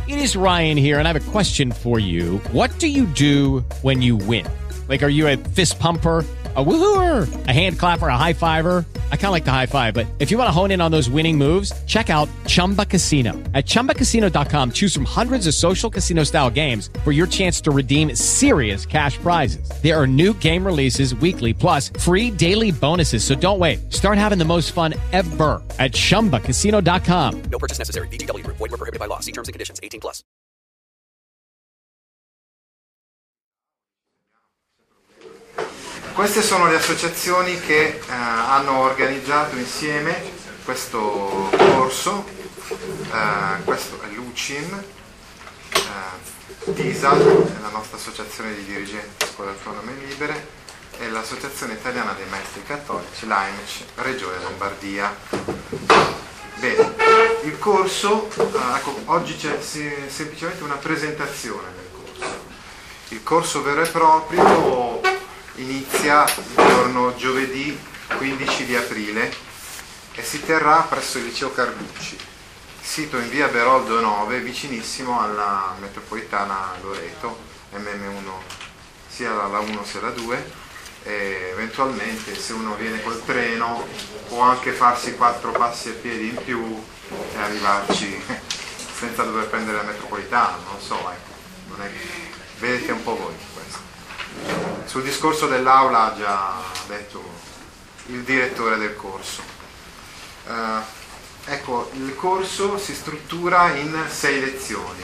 It is Ryan here, and I have a question for you. What do you do when you win? Like, are you a fist pumper, a woohooer, a hand clapper, a high fiver? I kind of like the high five, but if you want to hone in on those winning moves, check out Chumba Casino. At ChumbaCasino.com, choose from hundreds of social casino-style games for your chance to redeem serious cash prizes. There are new game releases weekly, plus free daily bonuses. So don't wait. Start having the most fun ever at ChumbaCasino.com. No purchase necessary. VGW Group. Void where prohibited by law. See terms and conditions. 18+. Queste sono le associazioni che hanno organizzato insieme questo corso. Questo è l'UCIM, TISAL, è la nostra associazione di dirigenti scuole autonome e libere, e l'Associazione Italiana dei Maestri Cattolici, l'AIMC, Regione Lombardia. Bene, il corso, ecco, oggi c'è semplicemente una presentazione del corso. Il corso vero e proprio inizia il giorno giovedì 15 di aprile e si terrà presso il Liceo Carducci, sito in via Beroldo 9, vicinissimo alla metropolitana Loreto, MM1, sia la 1 sia la 2, e eventualmente se uno viene col treno può anche farsi 4 passi a piedi in più e arrivarci senza dover prendere la metropolitana, non so, ecco, non è, vedete un po' voi questo. Sul discorso dell'aula ha già detto il direttore del corso. Ecco, il corso si struttura in 6 lezioni.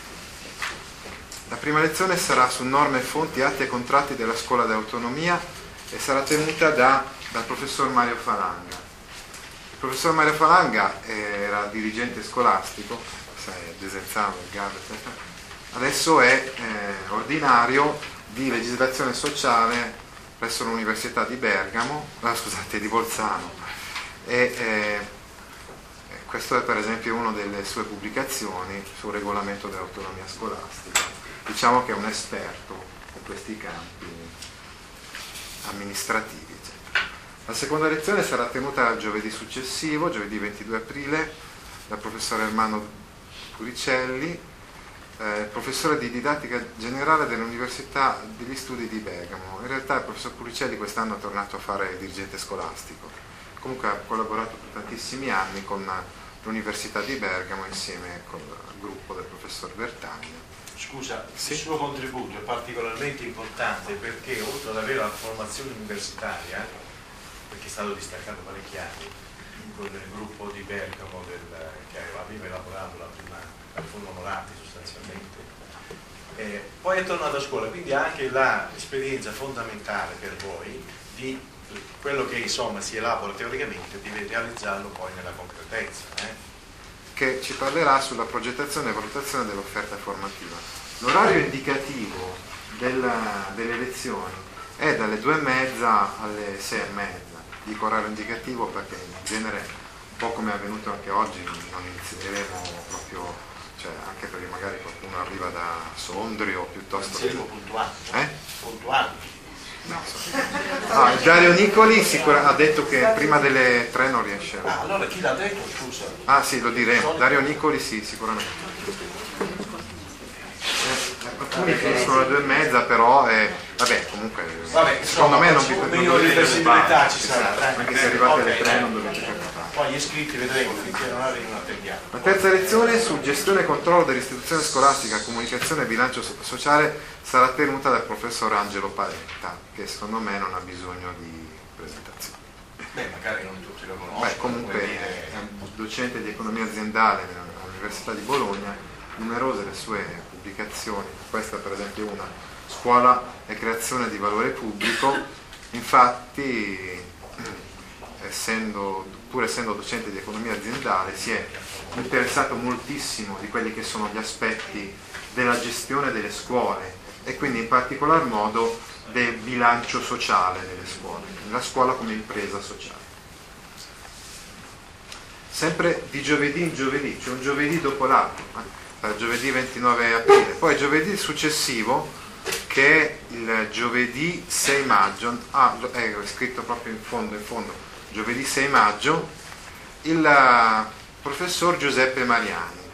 La prima lezione sarà su norme, fonti, atti e contratti della scuola d'autonomia e sarà tenuta dal professor Mario Falanga. Il professor Mario Falanga era dirigente scolastico, Desenzano, Vergara, eccetera. Adesso è ordinario di legislazione sociale presso l'Università di di Bolzano, e questo è per esempio una delle sue pubblicazioni sul regolamento dell'autonomia scolastica. Diciamo che è un esperto in questi campi amministrativi. La seconda lezione sarà tenuta giovedì successivo, giovedì 22 aprile, dal professor Ermanno Puricelli, professore di didattica generale dell'Università degli Studi di Bergamo. In realtà il professor Puricelli quest'anno è tornato a fare il dirigente scolastico. Comunque ha collaborato per tantissimi anni con l'Università di Bergamo insieme con il gruppo del professor Bertaglia. Scusa, sì? Il suo contributo è particolarmente importante perché oltre ad avere la formazione universitaria, perché è stato distaccato parecchi anni con il gruppo di Bergamo che aveva elaborato la riforma Moratti sostanzialmente, poi è tornato a scuola, quindi ha anche l'esperienza fondamentale per voi di quello che insomma si elabora teoricamente, di realizzarlo poi nella concretezza. Che ci parlerà sulla progettazione e valutazione dell'offerta formativa. L'orario indicativo delle lezioni è dalle 2:30 alle 6:30. Dico orario indicativo perché in genere, un po' come è avvenuto anche oggi, non inizieremo proprio, cioè anche perché magari qualcuno arriva da Sondrio piuttosto che... puntuali. Puntuali. No, Dario Nicoli ha detto che prima delle 3 non riesce. Allora chi l'ha detto, scusa? Ah sì, lo diremo. Dario Nicoli sì, sicuramente. Alcuni finiscono alle 2:30, però vabbè, comunque secondo me non vi flessibilità ci sarà, anche se arrivate alle 3 non dovete preoccupare. Poi gli iscritti vedremo finché non arrivano a attendiamo. La terza lezione su gestione e controllo dell'istituzione scolastica, comunicazione e bilancio sociale sarà tenuta dal professor Angelo Paletta, che secondo me non ha bisogno di presentazione. Magari non tutti lo conoscono. Comunque è un docente di economia aziendale all'Università di Bologna, numerose le sue pubblicazioni, questa per esempio una, Scuola e creazione di valore pubblico. Infatti, pur essendo docente di economia aziendale, si è interessato moltissimo di quelli che sono gli aspetti della gestione delle scuole e quindi in particolar modo del bilancio sociale delle scuole, la scuola come impresa sociale. Sempre di giovedì in giovedì, cioè un giovedì dopo l'altro, giovedì 29 aprile, poi giovedì successivo, che è il giovedì 6 maggio, è scritto proprio in fondo, giovedì 6 maggio, il professor Giuseppe Mariani,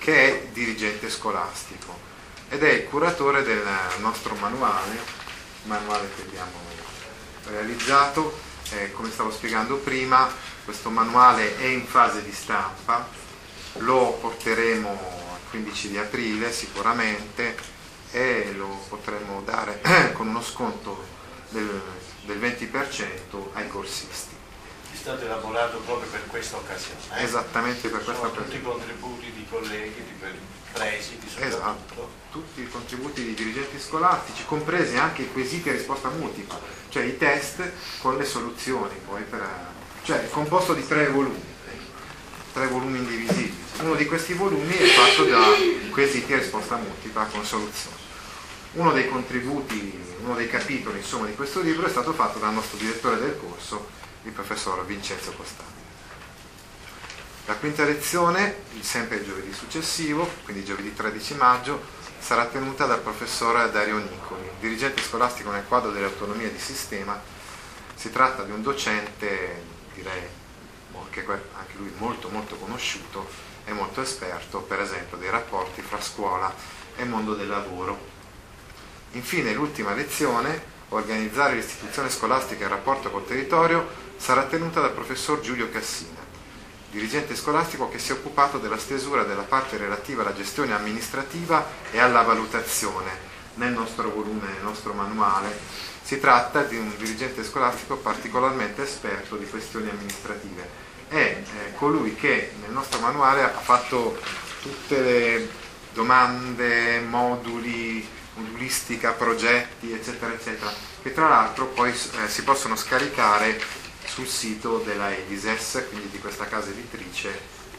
che è dirigente scolastico ed è il curatore del nostro manuale che abbiamo realizzato. Come stavo spiegando prima, questo manuale è in fase di stampa, lo porteremo il 15 di aprile sicuramente e lo potremo dare con uno sconto del 20% ai corsisti. State elaborando proprio per questa occasione. Esattamente per questa occasione. Tutti i contributi di colleghi, di presidi, esatto, tutti i contributi di dirigenti scolastici, compresi anche i quesiti a risposta multipla, cioè i test con le soluzioni, poi cioè è composto di 3 volumi indivisibili. Uno di questi volumi è fatto da quesiti a risposta multipla con soluzioni. Uno dei contributi, uno dei capitoli insomma di questo libro è stato fatto dal nostro direttore del corso, il professor Vincenzo Costante. La quinta lezione, sempre il giovedì successivo, quindi giovedì 13 maggio, sarà tenuta dal professor Dario Nicoli, dirigente scolastico nel quadro delle autonomie di sistema. Si tratta di un docente, direi, che anche lui molto molto conosciuto e molto esperto, per esempio, dei rapporti fra scuola e mondo del lavoro. Infine, l'ultima lezione, organizzare l'istituzione scolastica in rapporto col territorio, sarà tenuta dal professor Giulio Cassina, dirigente scolastico che si è occupato della stesura della parte relativa alla gestione amministrativa e alla valutazione nel nostro volume, nel nostro manuale. Si tratta di un dirigente scolastico particolarmente esperto di questioni amministrative. È colui che nel nostro manuale ha fatto tutte le domande, modulistica, progetti, eccetera, eccetera, che tra l'altro poi si possono scaricare sul sito della Edises, quindi di questa casa editrice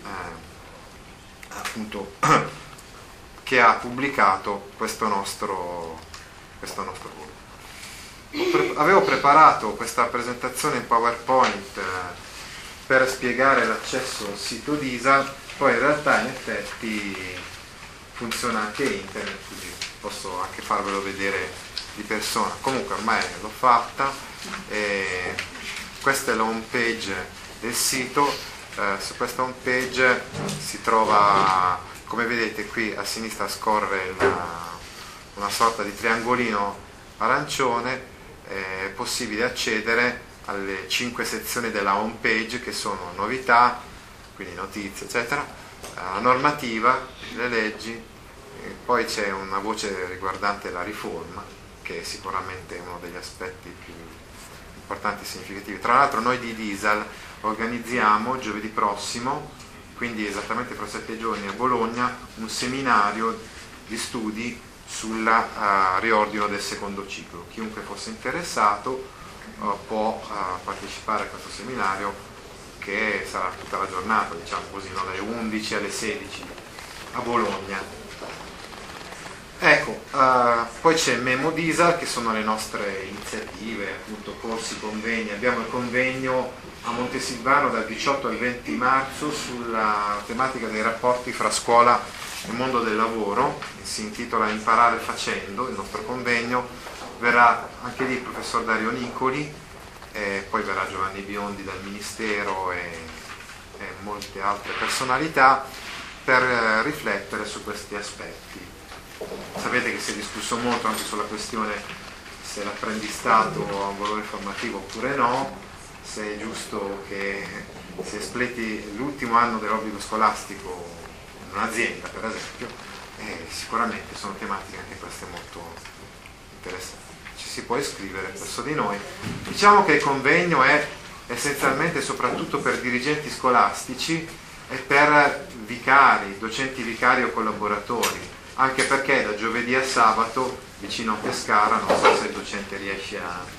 appunto che ha pubblicato questo nostro volume. Avevo preparato questa presentazione in PowerPoint per spiegare l'accesso al sito DISAL, poi in realtà in effetti funziona anche internet, quindi posso anche farvelo vedere di persona. Comunque ormai l'ho fatta. Questa è la home page del sito. Su questa home page si trova, come vedete qui a sinistra scorre una sorta di triangolino arancione. È possibile accedere alle 5 sezioni della home page che sono novità, quindi notizie eccetera, la normativa, le leggi, poi c'è una voce riguardante la riforma che è sicuramente uno degli aspetti più importanti e significativi. Tra l'altro noi di DISAL organizziamo giovedì prossimo, quindi esattamente fra 7 giorni a Bologna, un seminario di studi sul riordino del secondo ciclo. Chiunque fosse interessato può partecipare a questo seminario che sarà tutta la giornata, diciamo così, no? Dalle 11 alle 16 a Bologna. Ecco, poi c'è Memo DISAL, che sono le nostre iniziative, appunto corsi, convegni. Abbiamo il convegno a Montesilvano dal 18 al 20 marzo sulla tematica dei rapporti fra scuola e mondo del lavoro, si intitola Imparare facendo. Il nostro convegno verrà anche lì il professor Dario Nicoli, poi verrà Giovanni Biondi dal Ministero e molte altre personalità per riflettere su questi aspetti. Sapete che si è discusso molto anche sulla questione se l'apprendistato ha un valore formativo oppure no, se è giusto che si espleti l'ultimo anno dell'obbligo scolastico in un'azienda, per esempio, sicuramente sono tematiche anche queste molto interessanti. Ci si può iscrivere presso di noi. Diciamo che il convegno è essenzialmente soprattutto per dirigenti scolastici e per vicari, docenti vicari o collaboratori, anche perché da giovedì a sabato vicino a Pescara non so se il docente riesce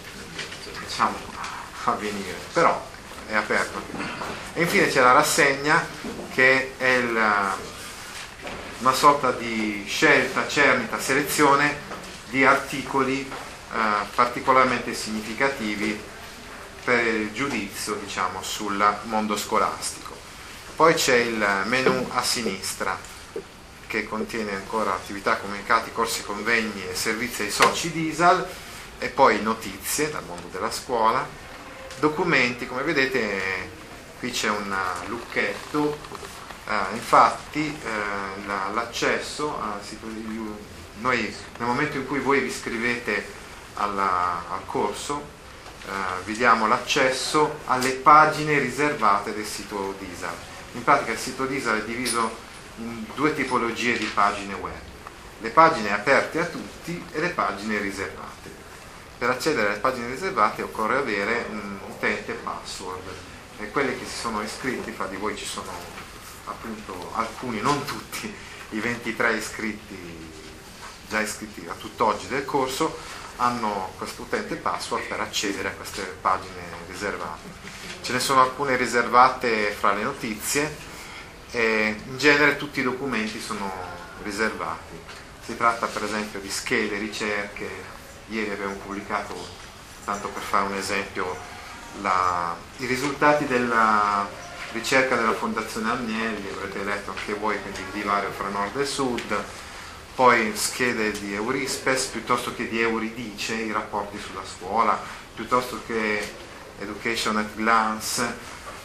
a venire, però è aperto. E infine c'è la rassegna, che è una sorta di scelta, cernita, selezione di articoli particolarmente significativi per il giudizio, diciamo, sul mondo scolastico. Poi c'è il menu a sinistra, che contiene ancora attività, comunicati, corsi, convegni e servizi ai soci DISAL, e poi notizie dal mondo della scuola, documenti. Come vedete qui c'è un lucchetto Infatti l'accesso al sito noi nel momento in cui voi vi iscrivete al corso vi diamo l'accesso alle pagine riservate del sito DISAL. In pratica il sito DISAL è diviso in due tipologie di pagine web: le pagine aperte a tutti e le pagine riservate. Per accedere alle pagine riservate occorre avere un utente password, e quelli che si sono iscritti, fra di voi ci sono appunto alcuni, non tutti, i 23 iscritti, già iscritti a tutt'oggi del corso, hanno questo utente password per accedere a queste pagine riservate. Ce ne sono alcune riservate fra le notizie, e in genere tutti i documenti sono riservati. Si tratta per esempio di schede, ricerche. Ieri abbiamo pubblicato, tanto per fare un esempio, i risultati della ricerca della Fondazione Agnelli, avrete letto anche voi, quindi il divario fra nord e sud. Poi schede di Eurispes, piuttosto che di Euridice, i rapporti sulla scuola, piuttosto che Education at Glance,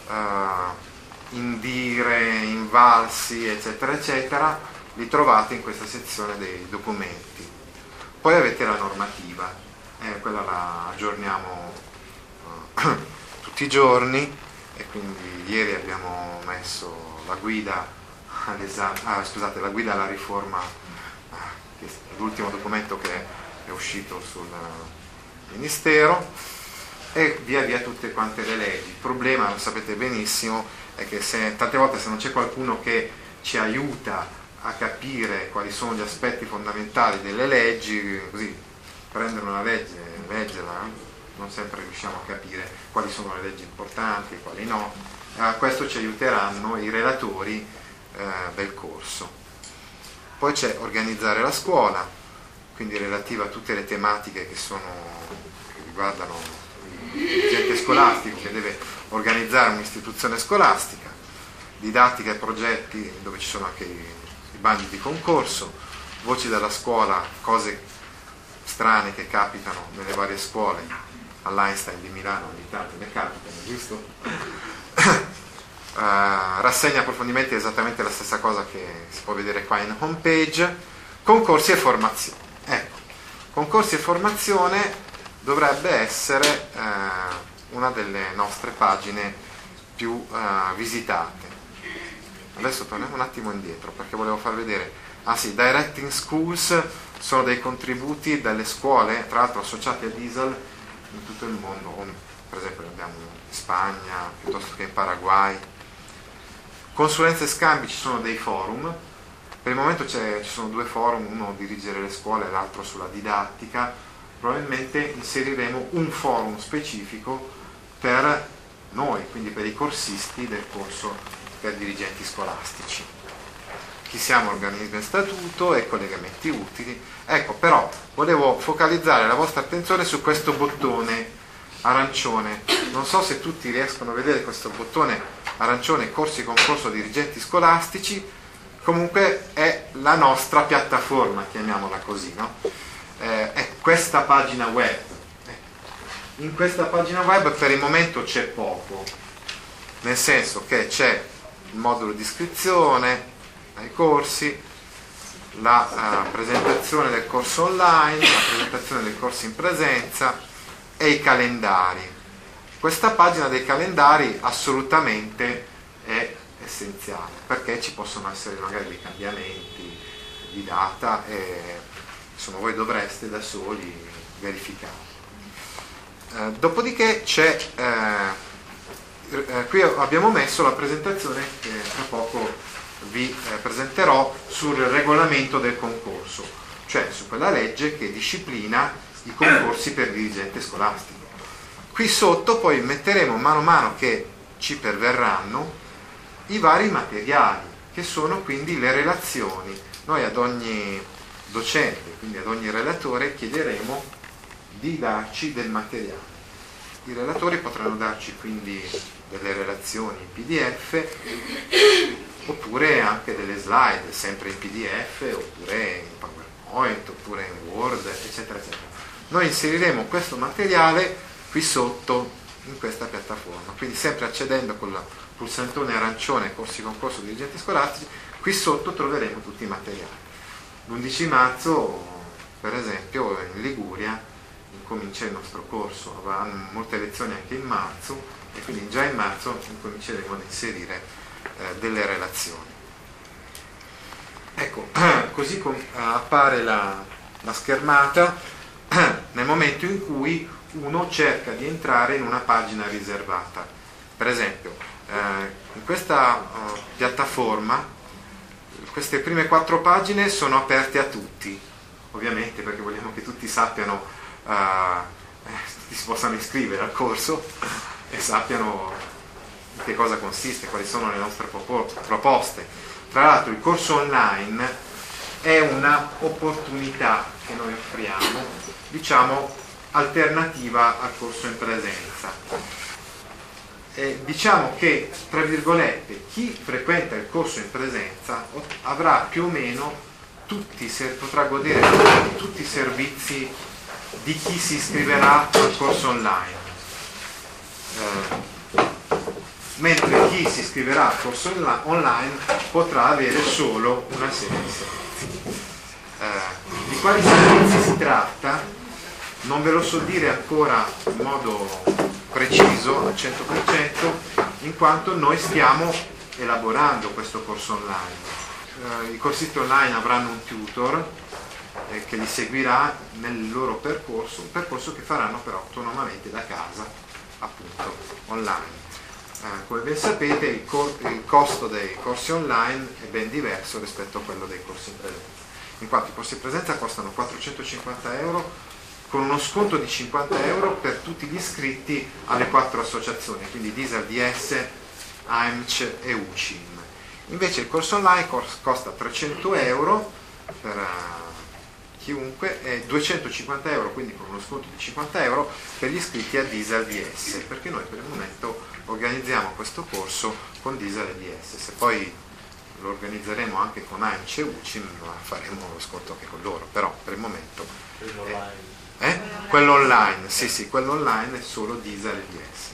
Indire, Invalsi, eccetera, eccetera, li trovate in questa sezione dei documenti. Poi avete la normativa, quella la aggiorniamo tutti i giorni, e quindi ieri abbiamo messo la guida la guida alla riforma, che è l'ultimo documento che è uscito sul Ministero, e via via tutte quante le leggi. Il problema, lo sapete benissimo, è che tante volte se non c'è qualcuno che ci aiuta a capire quali sono gli aspetti fondamentali delle leggi, così prendere una legge e leggerla, non sempre riusciamo a capire quali sono le leggi importanti e quali no. A questo ci aiuteranno i relatori del corso. Poi c'è organizzare la scuola, quindi relativa a tutte le tematiche che riguardano il dirigente scolastico che deve organizzare un'istituzione scolastica, didattica e progetti dove ci sono anche i bandi di concorso, voci dalla scuola, cose strane che capitano nelle varie scuole. All'Einstein di Milano ogni tanto ne capitano, giusto? Rassegna approfondimenti, è esattamente la stessa cosa che si può vedere qua in homepage. Concorsi e formazione. Ecco, concorsi e formazione dovrebbe essere una delle nostre pagine più visitate. Adesso torniamo un attimo indietro perché volevo far vedere. Directing Schools sono dei contributi dalle scuole, tra l'altro associate a DISAL in tutto il mondo. Per esempio ne abbiamo in Spagna, piuttosto che in Paraguay. Consulenze e scambi, ci sono dei forum. Per il momento ci sono due forum, uno dirigere le scuole e l'altro sulla didattica. Probabilmente inseriremo un forum specifico per noi, quindi per i corsisti del corso per dirigenti scolastici. Chi siamo, organismo e statuto e collegamenti utili. Ecco, però volevo focalizzare la vostra attenzione su questo bottone arancione. Non so se tutti riescono a vedere questo bottone arancione, corsi concorso dirigenti scolastici. Comunque è la nostra piattaforma, chiamiamola così, no? È questa pagina web. In questa pagina web per il momento c'è poco, nel senso che c'è il modulo di iscrizione ai corsi, la presentazione del corso online, la presentazione del corso in presenza e i calendari. Questa pagina dei calendari assolutamente è essenziale, perché ci possono essere magari dei cambiamenti di data e insomma voi dovreste da soli verificare. Dopodiché c'è qui abbiamo messo la presentazione che tra poco vi presenterò sul regolamento del concorso, cioè su quella legge che disciplina i concorsi per dirigente scolastico. Qui sotto poi metteremo mano a mano che ci perverranno i vari materiali, che sono quindi le relazioni. Noi ad ogni docente, quindi ad ogni relatore, chiederemo di darci del materiale. I relatori potranno darci quindi delle relazioni in PDF oppure anche delle slide sempre in PDF oppure in PowerPoint oppure in Word, eccetera eccetera. Noi inseriremo questo materiale qui sotto in questa piattaforma. Quindi sempre accedendo con il pulsantone arancione corsi concorso dirigenti scolastici, qui sotto troveremo tutti i materiali. L'11 marzo, per esempio, in Liguria incomincia il nostro corso, avranno molte lezioni anche in marzo e quindi già in marzo incominceremo ad inserire delle relazioni. Ecco, così appare la schermata nel momento in cui uno cerca di entrare in una pagina riservata. Per esempio, in questa piattaforma, queste prime 4 pagine sono aperte a tutti, ovviamente perché vogliamo che tutti sappiano, tutti si possano iscrivere al corso e sappiano in che cosa consiste, quali sono le nostre proposte. Tra l'altro il corso online è una opportunità che noi offriamo, diciamo, alternativa al corso in presenza. Diciamo che, tra virgolette, chi frequenta il corso in presenza avrà più o meno potrà godere di tutti i servizi di chi si iscriverà al corso online, mentre chi si iscriverà al corso online potrà avere solo una serie di servizi. Di quali servizi si tratta? Non ve lo so dire ancora in modo preciso al 100%, in quanto noi stiamo elaborando questo corso online. I corsisti online avranno un tutor che li seguirà nel loro percorso, un percorso che faranno però autonomamente da casa, appunto online. Come ben sapete il costo dei corsi online è ben diverso rispetto a quello dei corsi in presenza, in quanto i corsi in presenza costano 450 euro con uno sconto di 50 euro per tutti gli iscritti alle 4 associazioni, quindi Diesel DS, AIMC e UCIM. Invece il corso online costa 300 euro per chiunque e 250 euro, quindi con uno sconto di 50 euro per gli iscritti a Diesel DS, perché noi per il momento organizziamo questo corso con Diesel e DS. Se poi lo organizzeremo anche con AIMC e UCIM faremo lo sconto anche con loro, però per il momento quello online, sì, quello online è solo Diesel e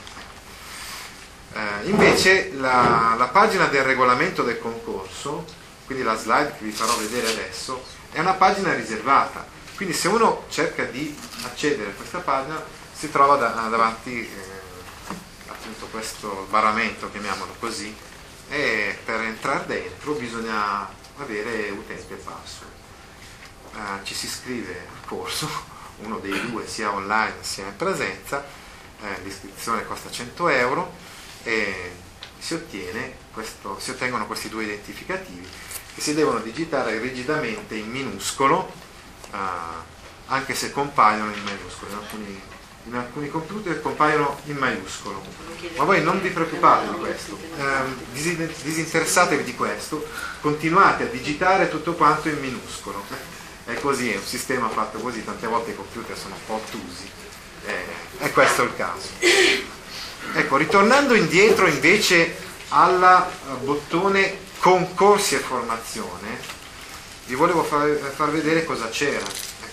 DS. Invece la pagina del regolamento del concorso, quindi la slide che vi farò vedere adesso, è una pagina riservata, quindi se uno cerca di accedere a questa pagina si trova davanti appunto questo barramento, chiamiamolo così, e per entrare dentro bisogna avere utente e password. Ci si iscrive al corso, uno dei due, sia online sia in presenza, l'iscrizione costa 100 euro e si ottengono questi 2 identificativi che si devono digitare rigidamente in minuscolo, anche se compaiono in maiuscolo. In alcuni computer compaiono in maiuscolo, ma voi non vi preoccupate di questo, disinteressatevi di questo, continuate a digitare tutto quanto in minuscolo. È così, è un sistema fatto così, tante volte i computer sono un po' ottusi, e questo è il caso. Ecco, ritornando indietro invece al bottone concorsi e formazione, vi volevo far vedere cosa c'era.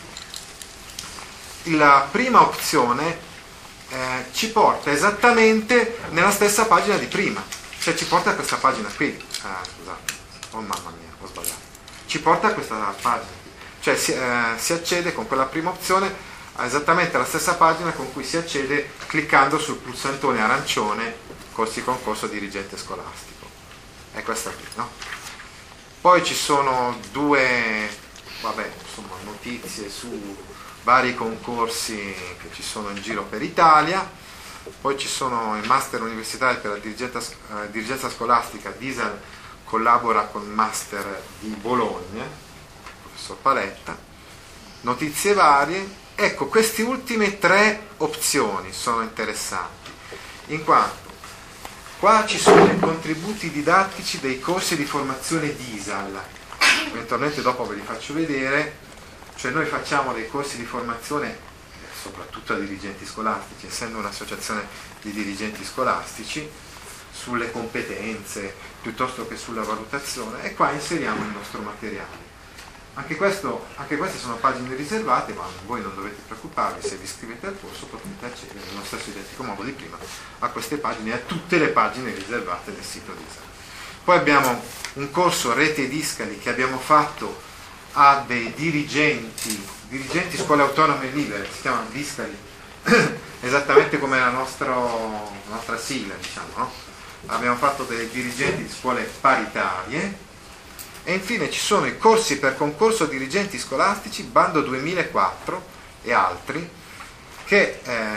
La prima opzione ci porta esattamente nella stessa pagina di prima, cioè ci porta a questa pagina qui. Scusate, oh mamma mia, ho sbagliato. Ci porta a questa pagina qui, cioè si accede con quella prima opzione a esattamente la stessa pagina con cui si accede cliccando sul pulsantone arancione corsi concorso dirigente scolastico. È questa qui, no? Poi ci sono 2 notizie su vari concorsi che ci sono in giro per Italia. Poi ci sono i master universitari per la dirigenza scolastica. Diesel collabora con il master di Bologna, professor Paletta. Notizie varie. Ecco, queste ultime 3 opzioni sono interessanti, in quanto qua ci sono i contributi didattici dei corsi di formazione Diesel. Eventualmente dopo ve li faccio vedere. Cioè noi facciamo dei corsi di formazione soprattutto a dirigenti scolastici, essendo un'associazione di dirigenti scolastici, sulle competenze piuttosto che sulla valutazione, e qua inseriamo il nostro materiale. Anche queste sono pagine riservate, ma voi non dovete preoccuparvi, se vi iscrivete al corso potete accedere nello stesso identico modo di prima a queste pagine e a tutte le pagine riservate del sito Discali. Poi abbiamo un corso Rete Discali che abbiamo fatto a dei dirigenti scuole autonome libere, si chiamano Discali, esattamente come la nostra sigla, diciamo, no? Abbiamo fatto dei dirigenti di scuole paritarie. E infine ci sono i corsi per concorso dirigenti scolastici, bando 2004 e altri, che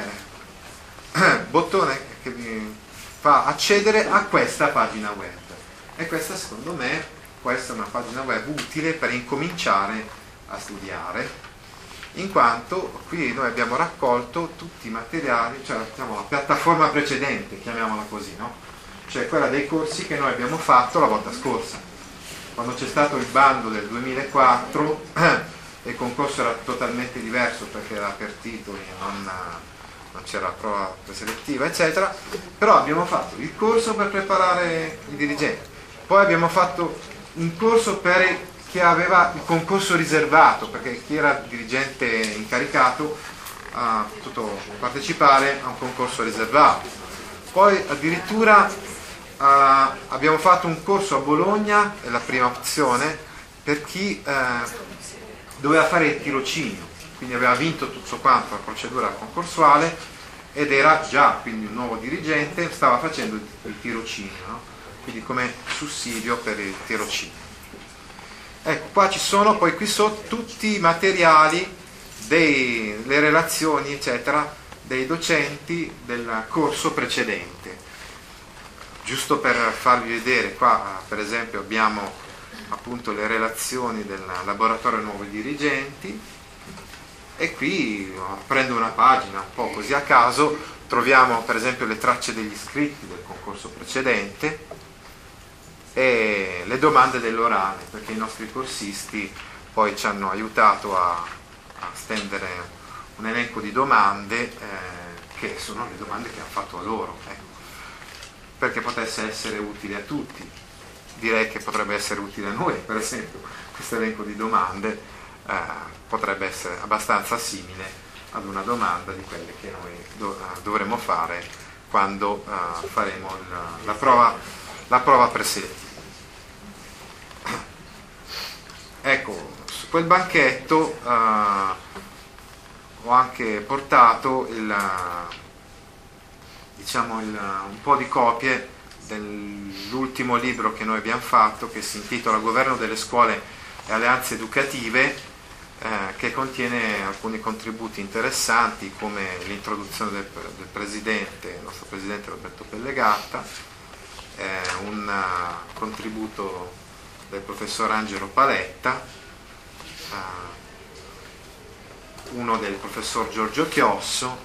bottone che vi fa accedere a questa pagina web. E questa, secondo me, può essere una pagina web utile per incominciare a studiare, in quanto qui noi abbiamo raccolto tutti i materiali, cioè diciamo, la piattaforma precedente, chiamiamola così, no? Cioè quella dei corsi che noi abbiamo fatto la volta scorsa. Quando c'è stato il bando del 2004 il concorso era totalmente diverso perché era per titoli, non c'era prova preselettiva, eccetera, però abbiamo fatto il corso per preparare i dirigenti, poi abbiamo fatto un corso per chi aveva il concorso riservato, perché chi era dirigente incaricato ha potuto partecipare a un concorso riservato. Poi addirittura abbiamo fatto un corso a Bologna, è la prima opzione, per chi doveva fare il tirocinio, quindi aveva vinto tutto quanto la procedura concorsuale ed era già quindi un nuovo dirigente, stava facendo il tirocinio, no? Quindi come sussidio per il tirocinio. Ecco, qua ci sono poi qui sotto tutti i materiali, le relazioni eccetera dei docenti del corso precedente. Giusto per farvi vedere, qua per esempio abbiamo appunto le relazioni del laboratorio nuovi dirigenti, e qui prendo una pagina un po' così a caso, troviamo per esempio le tracce degli iscritti del concorso precedente e le domande dell'orale, perché i nostri corsisti poi ci hanno aiutato a stendere un elenco di domande che sono le domande che hanno fatto a loro, ecco, perché potesse essere utile a tutti. Direi che potrebbe essere utile a noi, per esempio, questo elenco di domande potrebbe essere abbastanza simile ad una domanda di quelle che noi dovremo fare quando faremo la prova preselettiva. Ecco, su quel banchetto ho anche portato un po' di copie dell'ultimo libro che noi abbiamo fatto, che si intitola Governo delle scuole e alleanze educative, che contiene alcuni contributi interessanti come l'introduzione del presidente, il nostro presidente Roberto Pellegatta, un contributo del professor Angelo Paletta, uno del professor Giorgio Chiosso,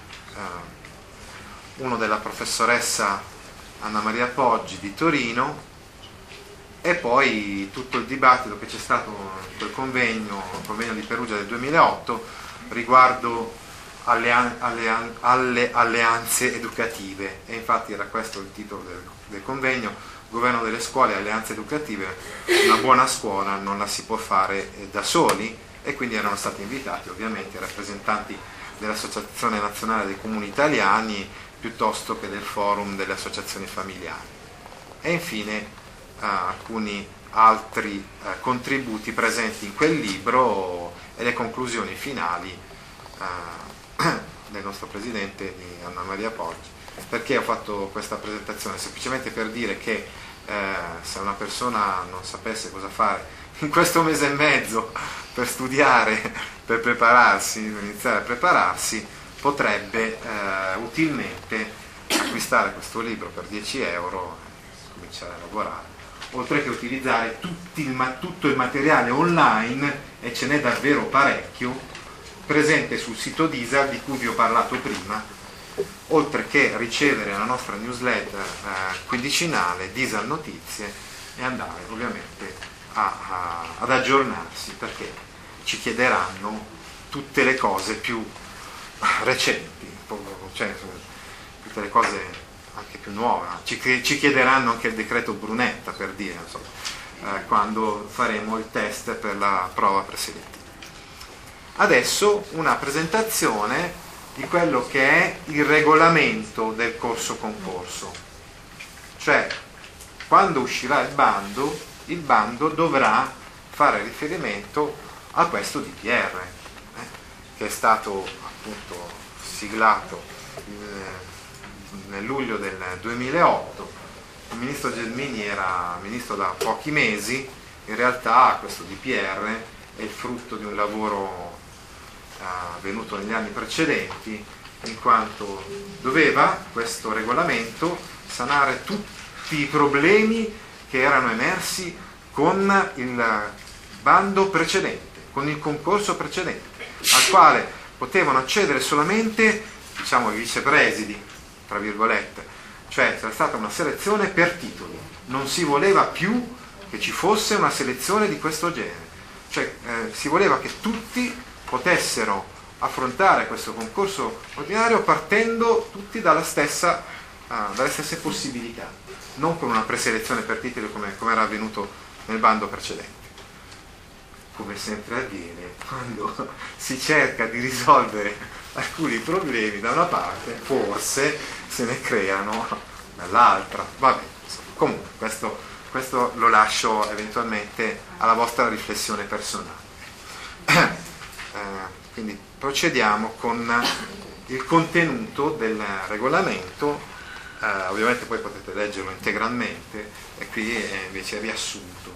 uno della professoressa Anna Maria Poggi di Torino, e poi tutto il dibattito che c'è stato in quel convegno di Perugia del 2008 riguardo alle alleanze educative, e infatti era questo il titolo del convegno: Governo delle scuole e alleanze educative, una buona scuola non la si può fare da soli, e quindi erano stati invitati ovviamente i rappresentanti dell'Associazione Nazionale dei Comuni Italiani piuttosto che del Forum delle Associazioni Familiari, e infine alcuni altri contributi presenti in quel libro e le conclusioni finali del nostro presidente, di Anna Maria Poggi. Perché ho fatto questa presentazione? Semplicemente per dire che se una persona non sapesse cosa fare in questo mese e mezzo per studiare, per prepararsi, per iniziare a prepararsi, potrebbe utilmente acquistare questo libro per 10 euro e cominciare a lavorare, oltre che utilizzare tutto il materiale online, e ce n'è davvero parecchio, presente sul sito Disal di cui vi ho parlato prima, oltre che ricevere la nostra newsletter quindicinale Disal Notizie, e andare ovviamente ad aggiornarsi, perché ci chiederanno tutte le cose più recenti, cioè tutte le cose anche più nuove, ci chiederanno anche il decreto Brunetta, per dire, insomma. quando faremo il test per la prova preselettiva. Adesso una presentazione di quello che è il regolamento del corso concorso, cioè quando uscirà il bando dovrà fare riferimento a questo DPR che è stato appunto siglato nel luglio del 2008. Il ministro Gelmini era ministro da pochi mesi, in realtà questo DPR è il frutto di un lavoro avvenuto negli anni precedenti, in quanto doveva questo regolamento sanare tutti i problemi che erano emersi con il bando precedente, con il concorso precedente, al quale potevano accedere solamente, diciamo, i vicepresidi, tra virgolette, cioè c'era stata una selezione per titoli, non si voleva più che ci fosse una selezione di questo genere, cioè si voleva che tutti potessero affrontare questo concorso ordinario partendo tutti dalle stesse possibilità, non con una preselezione per titoli come era avvenuto nel bando precedente. Come sempre avviene quando si cerca di risolvere alcuni problemi da una parte, forse se ne creano dall'altra. Vabbè, comunque questo lo lascio eventualmente alla vostra riflessione personale. Quindi procediamo con il contenuto del regolamento, ovviamente poi potete leggerlo integralmente, e qui è invece riassunto.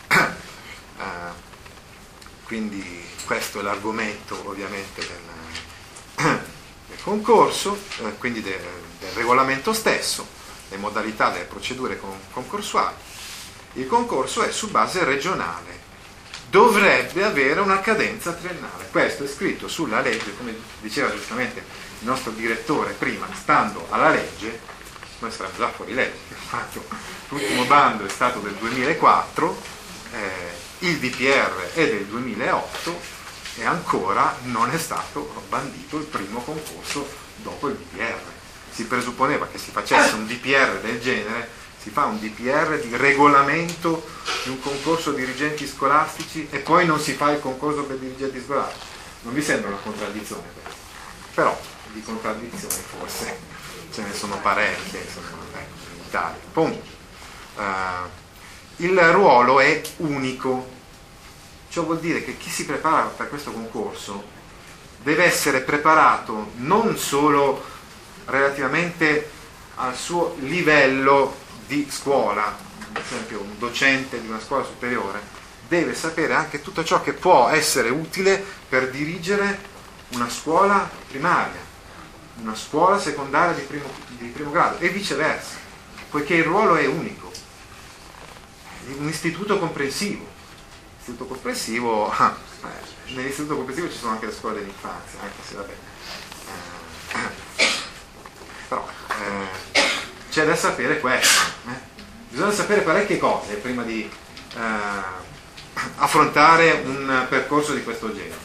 Quindi questo è l'argomento ovviamente del concorso, quindi del regolamento stesso, le modalità delle procedure concorsuali. Il concorso è su base regionale, dovrebbe avere una cadenza triennale. Questo è scritto sulla legge, come diceva giustamente il nostro direttore prima, stando alla legge, noi saremmo già fuori legge, infatti l'ultimo bando è stato del 2004, il DPR è del 2008 e ancora non è stato bandito il primo concorso dopo il DPR. Si presupponeva che si facesse un DPR del genere, si fa un DPR di regolamento di un concorso dirigenti scolastici e poi non si fa il concorso per dirigenti scolastici. Non vi sembra una contraddizione questa? Però di contraddizioni forse ce ne sono parecchie, insomma, in Italia. Comunque, il ruolo è unico, ciò vuol dire che chi si prepara per questo concorso deve essere preparato non solo relativamente al suo livello di scuola, ad esempio un docente di una scuola superiore deve sapere anche tutto ciò che può essere utile per dirigere una scuola primaria, una scuola secondaria di primo grado e viceversa, poiché il ruolo è unico. Un istituto comprensivo. Nell'istituto comprensivo ci sono anche le scuole dell'infanzia, anche se vabbè. Però c'è da sapere questo. Bisogna sapere parecchie cose prima di affrontare un percorso di questo genere.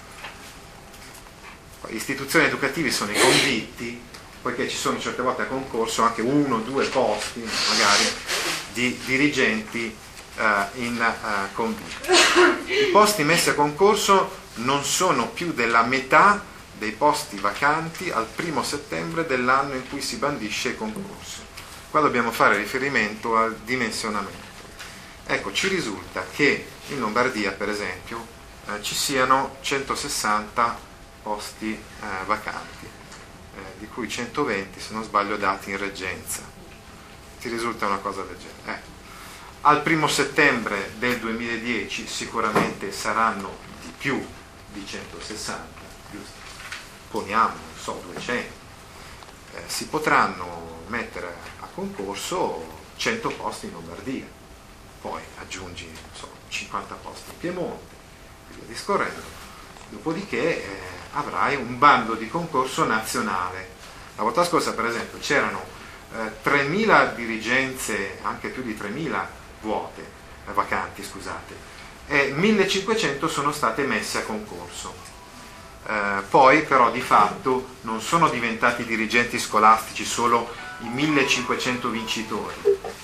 Gli istituzioni educativi sono i convitti, poiché ci sono certe volte a concorso anche 1 o 2 posti magari di dirigenti in convitto. I posti messi a concorso non sono più della metà dei posti vacanti al 1° settembre dell'anno in cui si bandisce il concorso. Qua dobbiamo fare riferimento al dimensionamento. Ecco, ci risulta che in Lombardia, per esempio, ci siano 160 posti vacanti, di cui 120, se non sbaglio, dati in reggenza. Ti risulta una cosa del genere? Al 1° settembre del 2010 sicuramente saranno di più di 160, giusto? Poniamo, non so, 200. Si potranno mettere a concorso 100 posti in Lombardia, poi aggiungi, non so, 50 posti in Piemonte, e via discorrendo. Dopodiché avrai un bando di concorso nazionale. La volta scorsa, per esempio, c'erano 3.000 dirigenze, anche più di 3.000 vacanti, scusate, e 1.500 sono state messe a concorso. Poi però di fatto non sono diventati dirigenti scolastici solo i 1.500 vincitori,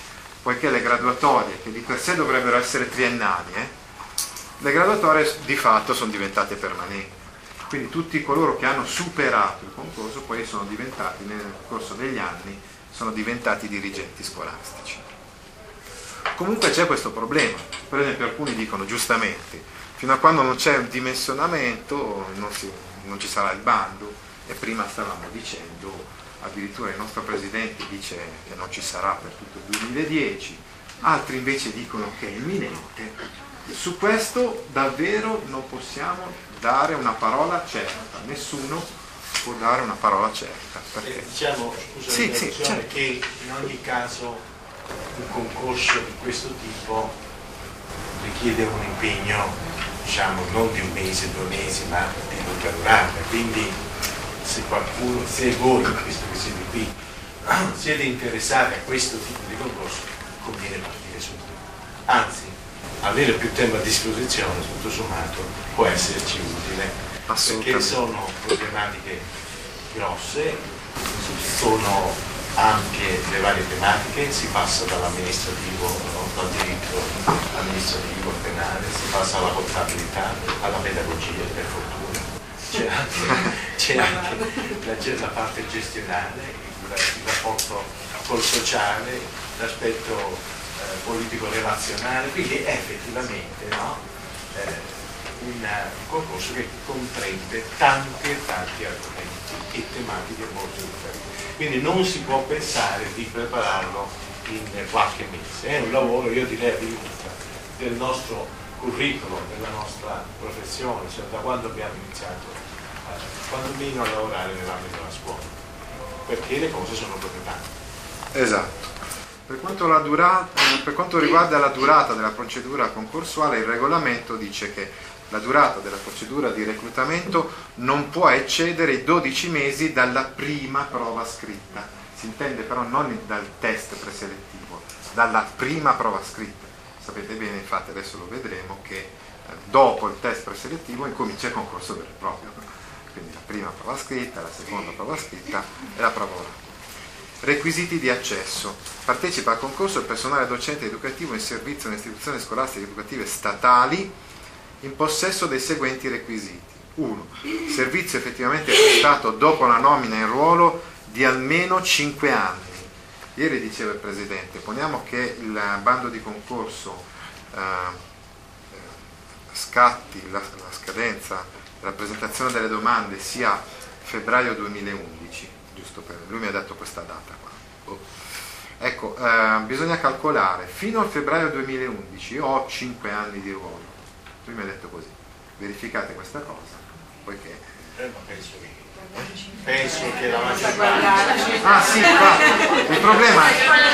poiché le graduatorie, che di per sé dovrebbero essere triennali, le graduatorie di fatto sono diventate permanenti. Quindi tutti coloro che hanno superato il concorso poi sono diventati, nel corso degli anni, sono diventati dirigenti scolastici. Comunque c'è questo problema. Per esempio alcuni dicono giustamente, fino a quando non c'è un dimensionamento non ci sarà il bando, e prima stavamo dicendo, addirittura il nostro Presidente dice che non ci sarà per tutto il 2010, altri invece dicono che è imminente. Su questo davvero non possiamo dare una parola certa, nessuno può dare una parola certa. Perché? Diciamo, scusa, certo, che in ogni caso un concorso di questo tipo richiede un impegno, diciamo, non di un mese, 2 mesi, ma di lunga durata. Quindi se voi, visto che siete qui, siete interessati a questo tipo di concorso, conviene partire subito. Anzi, avere più tempo a disposizione, tutto sommato, può esserci utile, perché sono problematiche grosse, sono anche le varie tematiche, si passa dall'amministrativo, dal diritto amministrativo al penale, si passa alla contabilità, alla pedagogia, per fortuna. C'è anche la parte gestionale, il rapporto col sociale, l'aspetto politico-relazionale, quindi è effettivamente, no, un concorso che comprende tanti argomenti e tematiche molto differenti. Quindi non si può pensare di prepararlo in qualche mese, è un lavoro, io direi, all'inizio del nostro curriculum, della nostra professione, cioè da quando abbiamo iniziato quando meno a lavorare nell'ambito della scuola, perché le cose sono proprio tante. Esatto. Per quanto riguarda la durata della procedura concorsuale, il regolamento dice che la durata della procedura di reclutamento non può eccedere i 12 mesi dalla prima prova scritta. Si intende però non dal test preselettivo, dalla prima prova scritta. Sapete bene, infatti adesso lo vedremo, che dopo il test preselettivo incomincia il concorso vero e proprio. Quindi la prima prova scritta, la seconda prova scritta e la prova orale. Requisiti di accesso. Partecipa al concorso il personale docente educativo in servizio nelle istituzioni scolastiche educative statali in possesso dei seguenti requisiti. 1. Servizio effettivamente prestato dopo la nomina in ruolo di almeno 5 anni. Ieri diceva il Presidente, poniamo che il bando di concorso scatti, la scadenza, la presentazione delle domande sia febbraio 2011, giusto per lui mi ha dato questa data qua. Ecco, bisogna calcolare, fino al febbraio 2011 io ho 5 anni di ruolo, lui mi ha detto così, verificate questa cosa, poiché... Penso che la maggior parte... Ah sì, il problema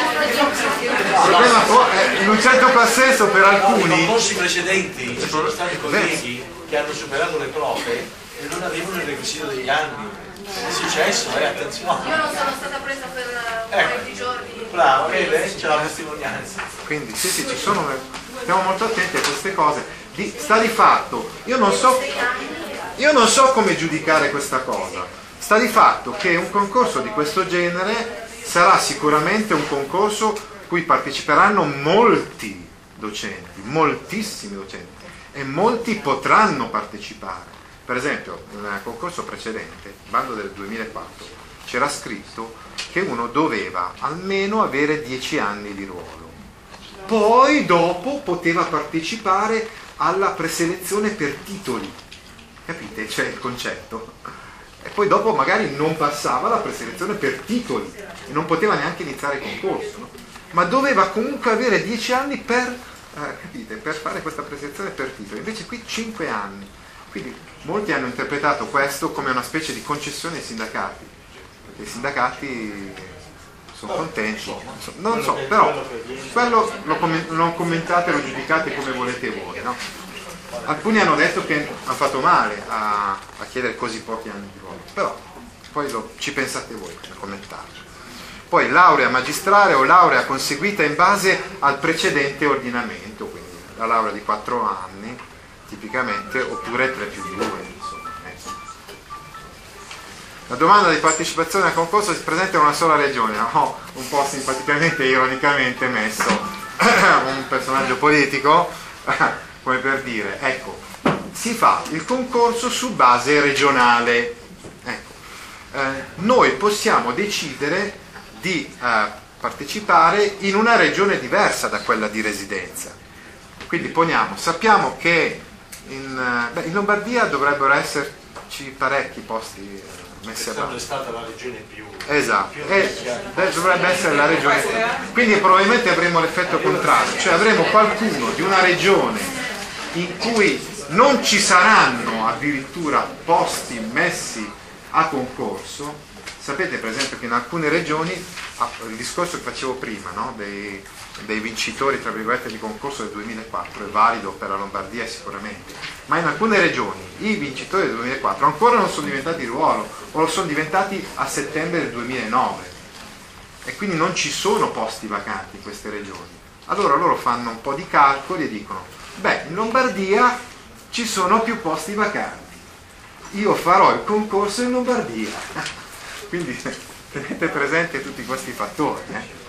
è in un certo qual senso per alcuni... Nei concorsi precedenti ci sono stati colleghi che hanno superato le prove e non avevano il requisito degli anni. È successo, attenzione. Io non sono stata presa per un paio di giorni. Bravo, vede? C'è la testimonianza. Quindi sì, ci sono, stiamo molto attenti a queste cose. Sta di fatto, io non so come giudicare questa cosa. Sta di fatto che un concorso di questo genere sarà sicuramente un concorso cui parteciperanno molti docenti, moltissimi docenti, e molti potranno partecipare. Per esempio, nel concorso precedente, il bando del 2004, c'era scritto che uno doveva almeno avere 10 anni di ruolo. Poi dopo poteva partecipare alla preselezione per titoli. Capite? C'è il concetto. E poi dopo magari non passava la preselezione per titoli e non poteva neanche iniziare il concorso, no? Ma doveva comunque avere 10 anni per fare questa preselezione per titoli. Invece qui 5 anni. Quindi molti hanno interpretato questo come una specie di concessione ai sindacati, perché i sindacati sono contenti, non so, però quello lo commentate, lo giudicate come volete voi, no? Alcuni hanno detto che hanno fatto male a chiedere così pochi anni di ruolo, però poi ci pensate voi a commentarlo. Poi laurea magistrale o laurea conseguita in base al precedente ordinamento, quindi la laurea di 4 anni tipicamente, oppure 3+2, insomma. La domanda di partecipazione al concorso si presenta in una sola regione. Ho un po' simpaticamente e ironicamente messo un personaggio politico, come per dire, ecco, si fa il concorso su base regionale. Ecco, noi possiamo decidere di partecipare in una regione diversa da quella di residenza. Quindi sappiamo che in Lombardia dovrebbero esserci parecchi posti messi a base. È stata la regione più... Esatto, dovrebbe essere la regione. Quindi probabilmente avremo l'effetto contrario, cioè avremo qualcuno di una regione in cui non ci saranno addirittura posti messi a concorso. Sapete per esempio che in alcune regioni, il discorso che facevo prima, no? dei vincitori tra virgolette di concorso del 2004 è valido per la Lombardia sicuramente, ma in alcune regioni i vincitori del 2004 ancora non sono diventati di ruolo o lo sono diventati a settembre del 2009 e quindi non ci sono posti vacanti in queste regioni. Allora loro fanno un po' di calcoli e dicono: beh, in Lombardia ci sono più posti vacanti, io farò il concorso in Lombardia. Quindi tenete presente tutti questi fattori.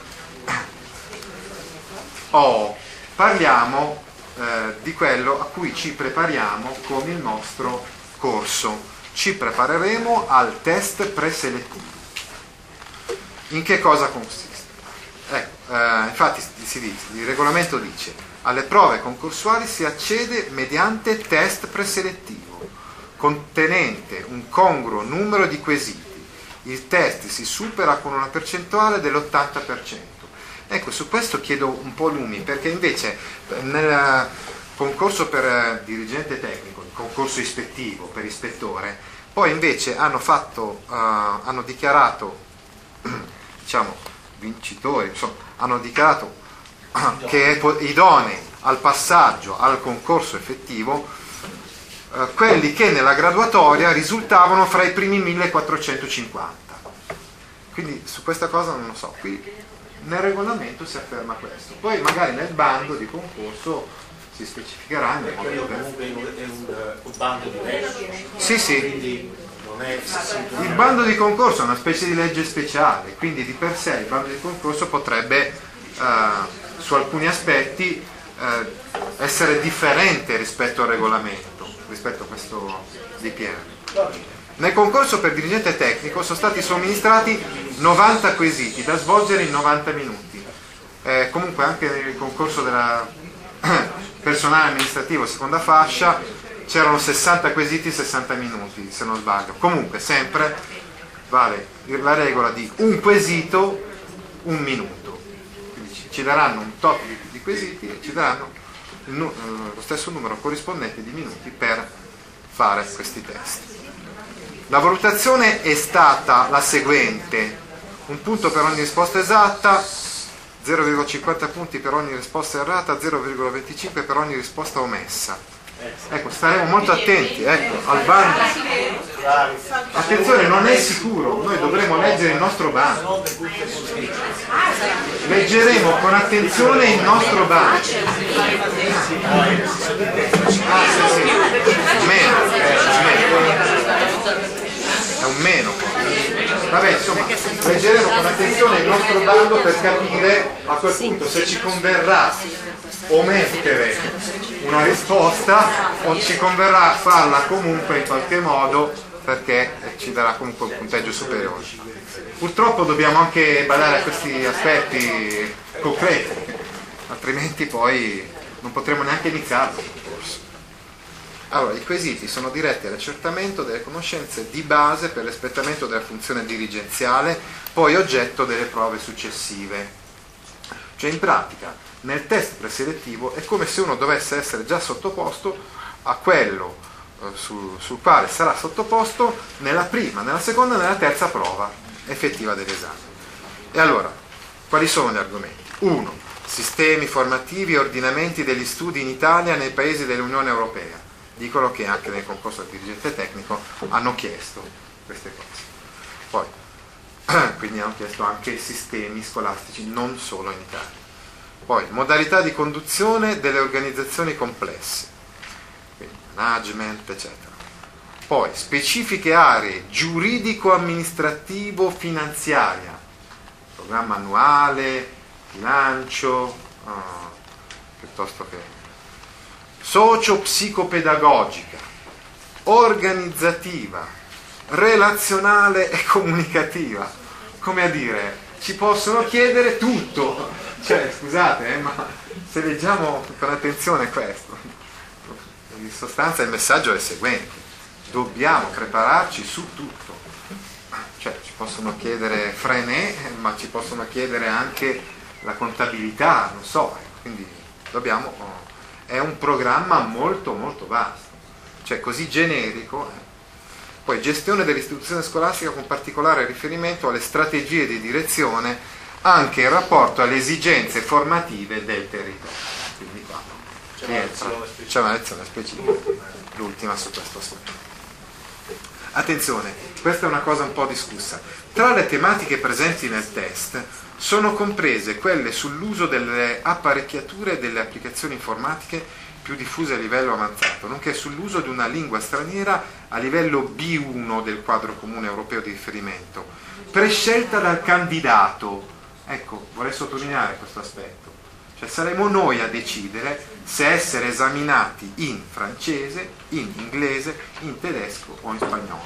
Parliamo di quello a cui ci prepariamo con il nostro corso. Ci prepareremo al test preselettivo. In che cosa consiste? Infatti si dice, il regolamento dice: alle prove concorsuali si accede mediante test preselettivo contenente un congruo numero di quesiti. Il test si supera con una percentuale dell'80%. Ecco, su questo chiedo un po' lumi, perché invece nel concorso per dirigente tecnico, il concorso ispettivo per ispettore, poi invece hanno dichiarato, diciamo, vincitori, insomma, hanno dichiarato che idonei al passaggio al concorso effettivo quelli che nella graduatoria risultavano fra i primi 1450. Quindi su questa cosa non lo so, qui nel regolamento si afferma questo, poi magari nel bando di concorso si specificherà in quello comunque è un bando diverso. Sì, sì. Quindi non è il bando di concorso è una specie di legge speciale, quindi di per sé il bando di concorso potrebbe su alcuni aspetti essere differente rispetto al regolamento, rispetto a questo DPR. Nel concorso per dirigente tecnico sono stati somministrati 90 quesiti da svolgere in 90 minuti. Comunque anche nel concorso della personale amministrativo seconda fascia c'erano 60 quesiti in 60 minuti, se non sbaglio. Comunque sempre vale la regola di un quesito, un minuto. Quindi ci daranno un tot di quesiti e ci daranno lo stesso numero corrispondente di minuti per fare questi test. La valutazione è stata la seguente: un punto per ogni risposta esatta, 0,50 punti per ogni risposta errata, 0,25 per ogni risposta omessa. Ecco, staremo molto attenti, ecco, al bando. Attenzione, non è sicuro, noi dovremo leggere il nostro bando. Leggeremo con attenzione il nostro bando. È un meno. Vabbè, insomma, leggeremo con attenzione il nostro bando per capire a quel punto se ci converrà omettere una risposta o ci converrà farla comunque in qualche modo, perché ci darà comunque un punteggio superiore. Purtroppo dobbiamo anche badare a questi aspetti concreti, altrimenti poi non potremo neanche iniziare il corso. Allora, i quesiti sono diretti all'accertamento delle conoscenze di base per l'espletamento della funzione dirigenziale, poi oggetto delle prove successive. Cioè, in pratica, nel test preselettivo è come se uno dovesse essere già sottoposto a quello sul quale sarà sottoposto nella prima, nella seconda e nella terza prova effettiva dell'esame. E allora, quali sono gli argomenti? 1. Sistemi formativi e ordinamenti degli studi in Italia e nei paesi dell'Unione Europea. Dicono che anche nel concorso del dirigente tecnico hanno chiesto queste cose. Poi, quindi hanno chiesto anche sistemi scolastici, non solo in Italia. Poi, modalità di conduzione delle organizzazioni complesse, quindi management, eccetera. Poi, specifiche aree giuridico-amministrativo-finanziaria, programma annuale, bilancio, piuttosto che socio-psicopedagogica, organizzativa, relazionale e comunicativa. Come a dire, ci possono chiedere tutto. Cioè, scusate, ma se leggiamo con attenzione questo, in sostanza il messaggio è il seguente: dobbiamo prepararci su tutto. Cioè, ci possono chiedere Frenet, ma ci possono chiedere anche la contabilità, non so, quindi è un programma molto molto vasto, cioè così generico. Poi gestione dell'istituzione scolastica con particolare riferimento alle strategie di direzione anche in rapporto alle esigenze formative del territorio. Quindi qua c'è una lezione specifica, l'ultima su questo aspetto. Attenzione, questa è una cosa un po' discussa. Tra le tematiche presenti nel test sono comprese quelle sull'uso delle apparecchiature e delle applicazioni informatiche più diffuse a livello avanzato, nonché sull'uso di una lingua straniera a livello B1 del quadro comune europeo di riferimento, prescelta dal candidato. Ecco, vorrei sottolineare questo aspetto. Cioè saremo noi a decidere se essere esaminati in francese, in inglese, in tedesco o in spagnolo.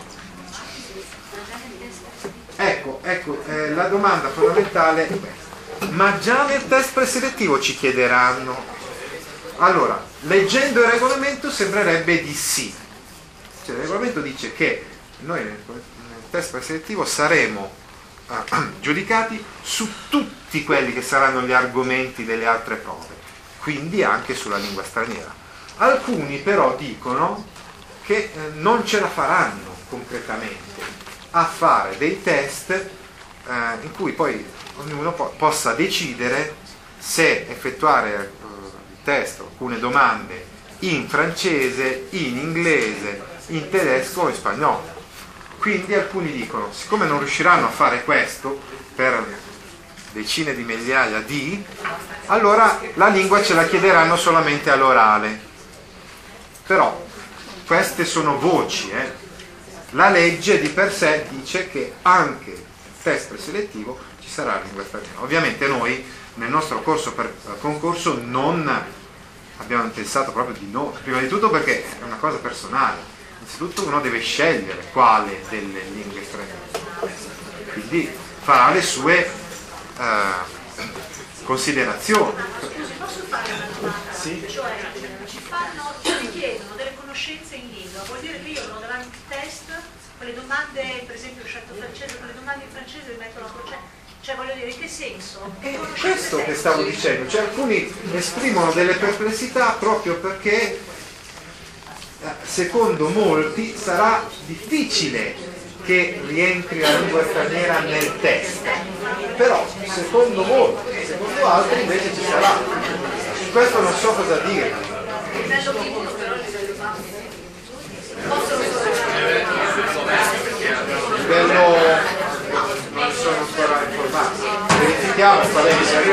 Ecco, la domanda fondamentale è questa. Ma già nel test preselettivo ci chiederanno. Allora, leggendo il regolamento sembrerebbe di sì. Cioè, il regolamento dice che noi nel test preselettivo saremo giudicati su tutti quelli che saranno gli argomenti delle altre prove, quindi anche sulla lingua straniera. Alcuni però dicono che non ce la faranno concretamente a fare dei test in cui poi ognuno possa decidere se effettuare il test, alcune domande in francese, in inglese, in tedesco o in spagnolo. Quindi alcuni dicono, siccome non riusciranno a fare questo per decine di migliaia di, allora la lingua ce la chiederanno solamente all'orale. Però queste sono voci, La legge di per sé dice che anche nel test preselettivo ci sarà la lingua straniera. Ovviamente noi nel nostro concorso non abbiamo pensato proprio di no, prima di tutto perché è una cosa personale. Innanzitutto uno deve scegliere quale delle lingue straniere, quindi farà le sue considerazioni. Scusi, posso fare una domanda? Sì? Cioè, ci chiedono delle conoscenze in lingua, vuol dire che io ho davanti il test, quelle domande, per esempio ho scelto francese, quelle domande in francese le metto la crocetta. Cioè voglio dire, in che senso? È questo che stavo dicendo, cioè alcuni esprimono delle perplessità proprio perché secondo molti sarà difficile che rientri la lingua straniera nel test, però secondo molti, secondo altri invece ci sarà. Questo non so cosa dire. Livello B1 però livello basso. Livello non sono ancora informato. Verifichiamo qual è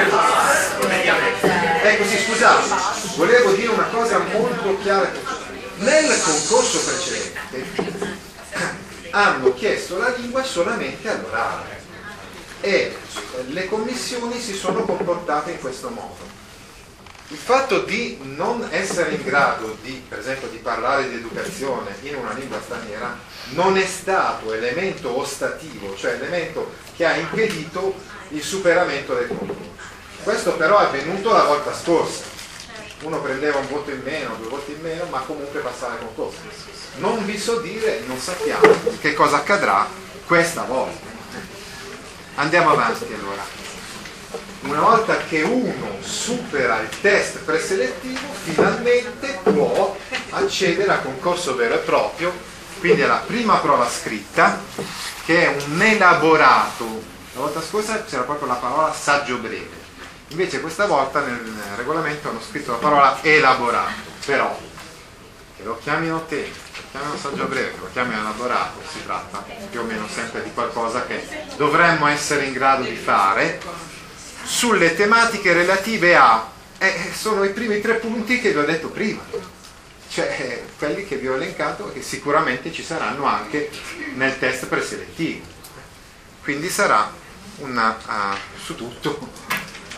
il. Ecco sì, scusate, volevo dire una cosa molto chiara. Nel concorso precedente hanno chiesto la lingua solamente all'orale e le commissioni si sono comportate in questo modo. Il fatto di non essere in grado di, per esempio, di parlare di educazione in una lingua straniera non è stato elemento ostativo, cioè elemento che ha impedito il superamento del concorso. Questo però è avvenuto la volta scorsa. Uno prendeva un voto in meno, 2 voti in meno, ma comunque passava il concorso. Non vi so dire, non sappiamo che cosa accadrà questa volta. Andiamo avanti allora. Una volta che uno supera il test preselettivo, finalmente può accedere al concorso vero e proprio, quindi alla prima prova scritta, che è un elaborato. La volta scorsa c'era proprio la parola saggio breve. Invece questa volta nel regolamento hanno scritto la parola elaborato, però che lo chiamino che lo chiamino saggio breve, che lo chiamino elaborato, si tratta più o meno sempre di qualcosa che dovremmo essere in grado di fare sulle tematiche relative a, sono i primi 3 punti che vi ho detto prima, cioè quelli che vi ho elencato e che sicuramente ci saranno anche nel test preselettivo, quindi sarà su tutto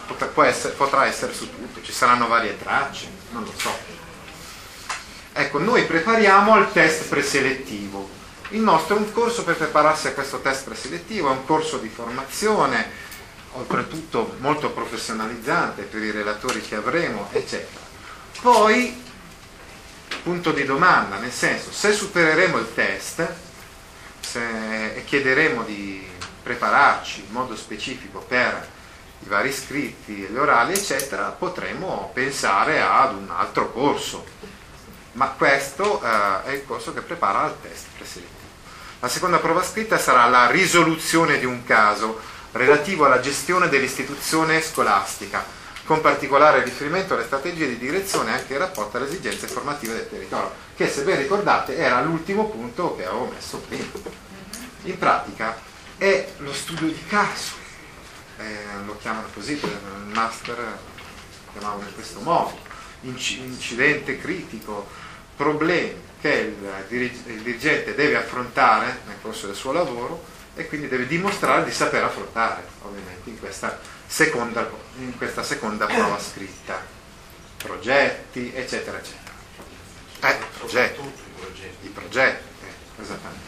potrà essere su tutto, ci saranno varie tracce, non lo so. Ecco, noi prepariamo al test preselettivo. Il nostro è un corso per prepararsi a questo test preselettivo, è un corso di formazione, oltretutto molto professionalizzante per i relatori che avremo, eccetera. Poi, punto di domanda, nel senso, se supereremo il test e chiederemo di prepararci in modo specifico per i vari scritti, gli orali, eccetera, potremo pensare ad un altro corso. Ma questo è il corso che prepara al test preselettivo. La seconda prova scritta sarà la risoluzione di un caso relativo alla gestione dell'istituzione scolastica, con particolare riferimento alle strategie di direzione e anche in rapporto alle esigenze formative del territorio, che, se ben ricordate, era l'ultimo punto che avevo messo prima. In pratica è lo studio di caso, lo chiamano così, per il master lo chiamavano in questo modo, incidente critico, problemi che il dirigente deve affrontare nel corso del suo lavoro e quindi deve dimostrare di saper affrontare, ovviamente, in questa seconda prova scritta. Progetti, eccetera, eccetera. I progetti, esattamente.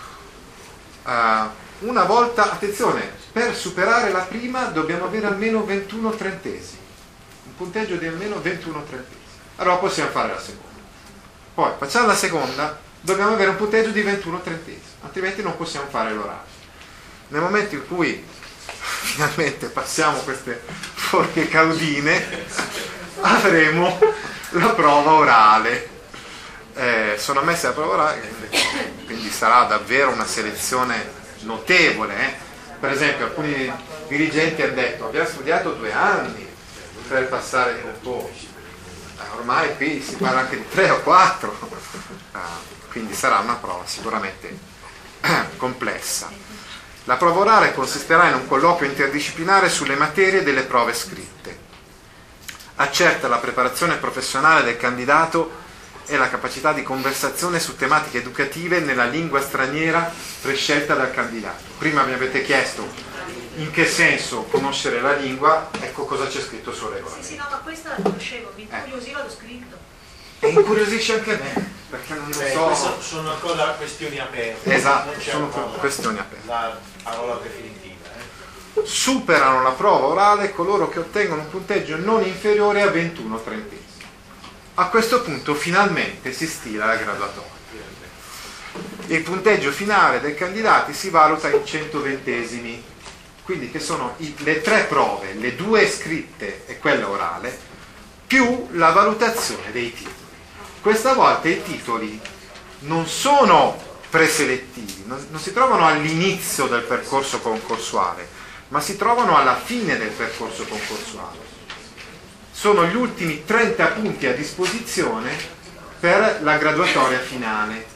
Una volta, attenzione, per superare la prima dobbiamo avere almeno 21 trentesimi, un punteggio di almeno 21 trentesimi. Allora possiamo fare la seconda. Poi facciamo la seconda, dobbiamo avere un punteggio di 21 trentesimi, altrimenti non possiamo fare l'orale. Nel momento in cui finalmente passiamo queste forche caudine, avremo la prova orale. Sono ammesse alla prova orale, quindi sarà davvero una selezione notevole. Per esempio, alcuni dirigenti hanno detto: abbiamo studiato 2 anni per passare i concorsi. Ormai qui si parla anche di 3 o 4, quindi sarà una prova sicuramente complessa. La prova orale consisterà in un colloquio interdisciplinare sulle materie delle prove scritte. Accerta la preparazione professionale del candidato e la capacità di conversazione su tematiche educative nella lingua straniera prescelta dal candidato. Prima mi avete chiesto in che senso conoscere la lingua, ecco cosa c'è scritto sul regolamento. Sì, no, ma questa la conoscevo, mi incuriosiva lo scritto. E incuriosisce anche me, perché non lo so. Sono ancora questioni aperte. Esatto, sono questioni aperte. La parola definitiva. Superano la prova orale coloro che ottengono un punteggio non inferiore a 21 trentesimi. A questo punto finalmente si stila la graduatoria. Il punteggio finale dei candidati si valuta in 120esimi, quindi che sono le 3 prove, le 2 scritte e quella orale, più la valutazione dei titoli. Questa volta i titoli non sono preselettivi, non si trovano all'inizio del percorso concorsuale, ma si trovano alla fine del percorso concorsuale. Sono gli ultimi 30 punti a disposizione per la graduatoria finale.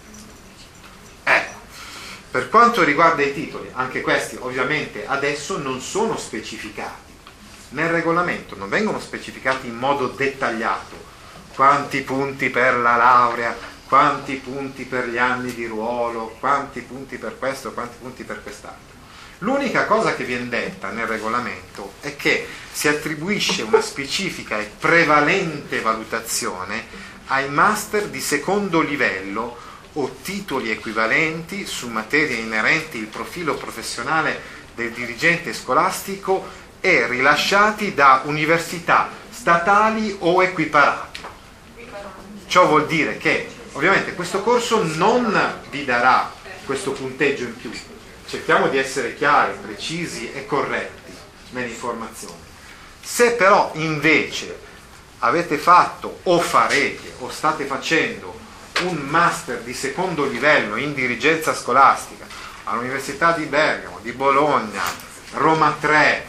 Per quanto riguarda i titoli, anche questi ovviamente adesso non sono specificati. Nel regolamento non vengono specificati in modo dettagliato quanti punti per la laurea, quanti punti per gli anni di ruolo, quanti punti per questo, quanti punti per quest'altro. L'unica cosa che viene detta nel regolamento è che si attribuisce una specifica e prevalente valutazione ai master di secondo livello o titoli equivalenti su materie inerenti il profilo professionale del dirigente scolastico e rilasciati da università statali o equiparate. Ciò vuol dire che ovviamente questo corso non vi darà questo punteggio in più. Cerchiamo di essere chiari, precisi e corretti nell'informazione. Se però invece avete fatto o farete o state facendo un master di secondo livello in dirigenza scolastica all'Università di Bergamo, di Bologna, Roma 3,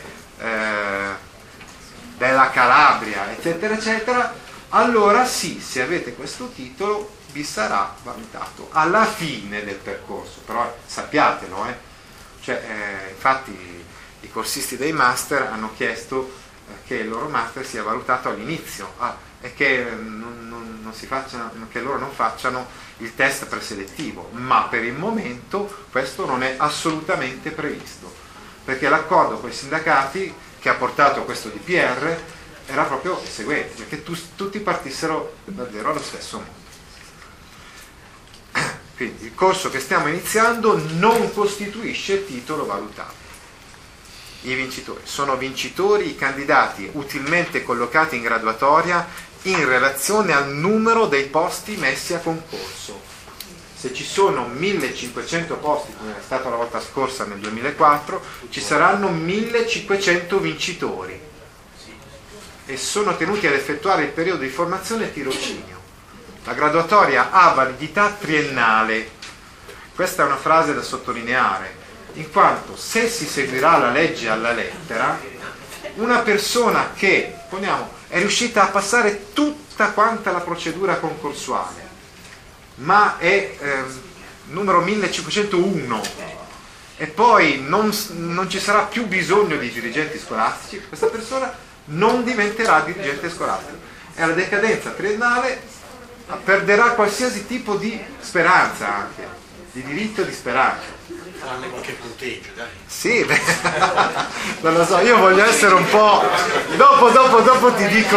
della Calabria, eccetera, eccetera, allora sì, se avete questo titolo vi sarà valutato alla fine del percorso, però sappiatelo, infatti i corsisti dei master hanno chiesto che il loro master sia valutato all'inizio e che che loro non facciano il test preselettivo, ma per il momento questo non è assolutamente previsto, perché l'accordo con i sindacati che ha portato questo DPR era proprio il seguente, che tutti partissero davvero allo stesso modo. Quindi il corso che stiamo iniziando non costituisce titolo valutabile. I vincitori sono vincitori i candidati utilmente collocati in graduatoria in relazione al numero dei posti messi a concorso. Se ci sono 1500 posti, come è stato la volta scorsa nel 2004, ci saranno 1500 vincitori e sono tenuti ad effettuare il periodo di formazione e tirocinio. La graduatoria ha validità triennale. Questa è una frase da sottolineare, in quanto se si seguirà la legge alla lettera, una persona che, poniamo, è riuscita a passare tutta quanta la procedura concorsuale, ma è numero 1501 e poi non ci sarà più bisogno di dirigenti scolastici, questa persona non diventerà dirigente scolastico. È la decadenza triennale, perderà qualsiasi tipo di speranza, anche di diritto di speranza. Faranno qualche punteggio, dai. Sì, beh, non lo so, io voglio essere un po'... Dopo ti dico,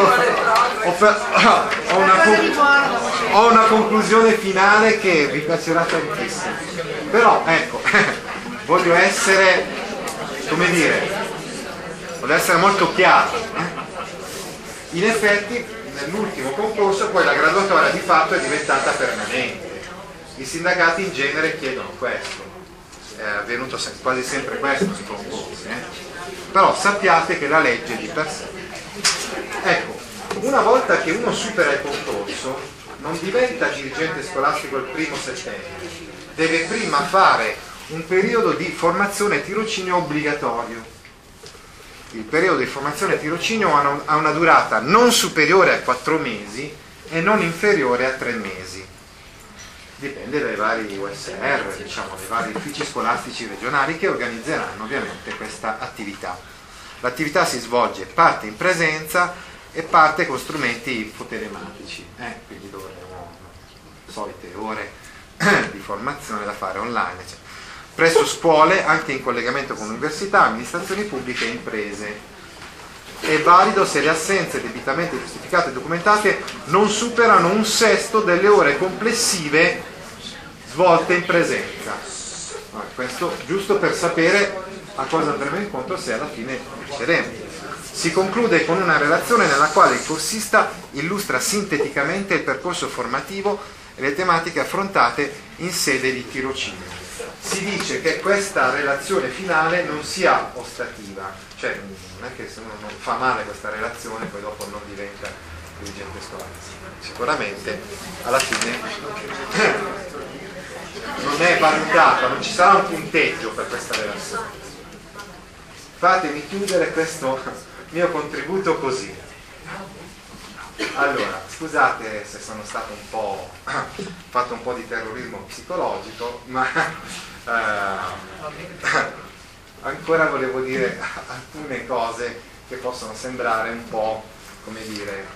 ho una conclusione finale che vi piacerà tantissimo. Però, ecco, voglio essere, come dire, voglio essere molto chiaro. In effetti, nell'ultimo concorso, poi la graduatoria di fatto è diventata permanente. I sindacati in genere chiedono questo. È avvenuto quasi sempre questo nei concorsi, però sappiate che la legge di per sé, ecco, una volta che uno supera il concorso non diventa dirigente scolastico il 1° settembre, deve prima fare un periodo di formazione e tirocinio obbligatorio. Il periodo di formazione e tirocinio ha una durata non superiore a 4 mesi e non inferiore a 3 mesi. Dipende dai vari USR, diciamo, dai vari uffici scolastici regionali che organizzeranno ovviamente questa attività. L'attività si svolge parte in presenza e parte con strumenti infotelematici, quindi dovremo solite ore di formazione da fare online, eccetera. Presso scuole, anche in collegamento con università, amministrazioni pubbliche e imprese. È valido se le assenze debitamente giustificate e documentate non superano 1/6 delle ore complessive svolte in presenza. Questo giusto per sapere a cosa andremo incontro se alla fine riusciremo. Si conclude con una relazione nella quale il corsista illustra sinteticamente il percorso formativo e le tematiche affrontate in sede di tirocinio. Si dice che questa relazione finale non sia ostativa, cioè non è che se uno non fa male questa relazione poi dopo non diventa dirigente scolastico. Sicuramente alla fine non è valutata, non ci sarà un punteggio per questa relazione. Fatemi chiudere questo mio contributo così. Allora, scusate se sono stato fatto un po' di terrorismo psicologico, ma ancora volevo dire alcune cose che possono sembrare un po', come dire,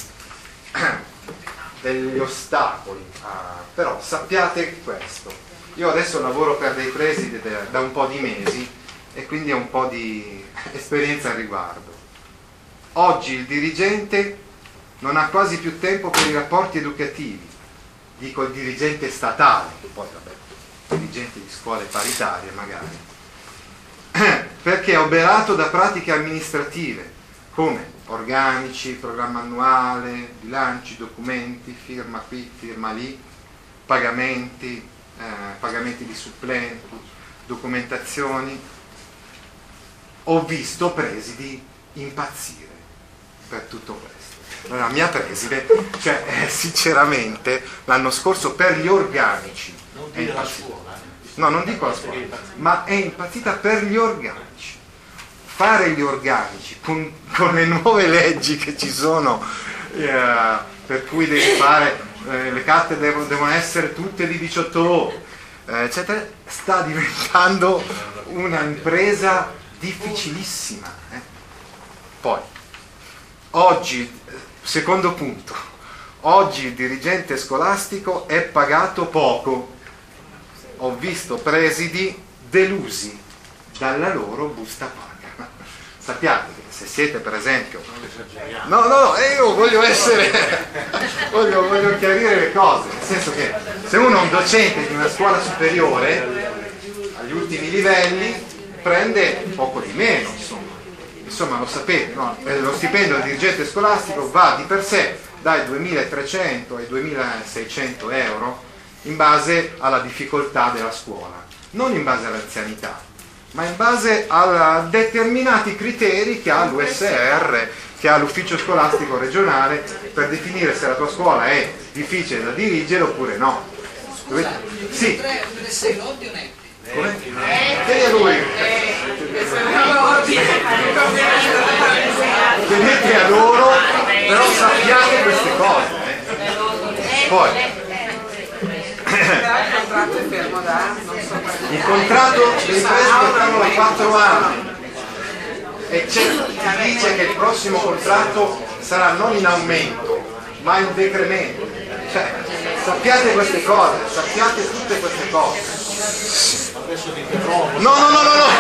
degli ostacoli, però sappiate questo. Io adesso lavoro per dei presidi da un po' di mesi e quindi ho un po' di esperienza al riguardo. Oggi il dirigente non ha quasi più tempo per i rapporti educativi, dico il dirigente statale, poi vabbè, dirigenti di scuole paritarie magari, perché è oberato da pratiche amministrative come organici, programma annuale, bilanci, documenti, firma qui, firma lì, pagamenti di supplenti, documentazioni. Ho visto presidi impazzire per tutto questo. La mia preside, cioè sinceramente l'anno scorso per gli organici Non dire la scuola. no, non dico la scuola, ma è impazzita per gli organici. Fare gli organici con le nuove leggi che ci sono, per cui devi fare le cattedre devono essere tutte di 18 ore, eccetera, sta diventando una impresa difficilissima. Poi oggi, secondo punto, oggi il dirigente scolastico è pagato poco. Ho visto presidi delusi dalla loro busta paga. Sappiate che se siete per esempio, no, io voglio voglio chiarire le cose, nel senso che se uno è un docente di una scuola superiore agli ultimi livelli prende poco di meno, insomma lo sapete, no? Lo stipendio del dirigente scolastico va di per sé dai 2.300 ai 2.600 euro in base alla difficoltà della scuola, non in base all'anzianità, ma in base a determinati criteri che ha l'USR, che ha l'ufficio scolastico regionale, per definire se la tua scuola è difficile da dirigere oppure no. Sì. Come? Chiedi a lui. Chiedete a loro, però sappiate queste cose. Poi il contratto è fermo da il contratto dei prestiti fermo da 4 anni e ci dice che il prossimo contratto sarà non in aumento ma in decremento, cioè sappiate queste cose, sappiate tutte queste cose. No, non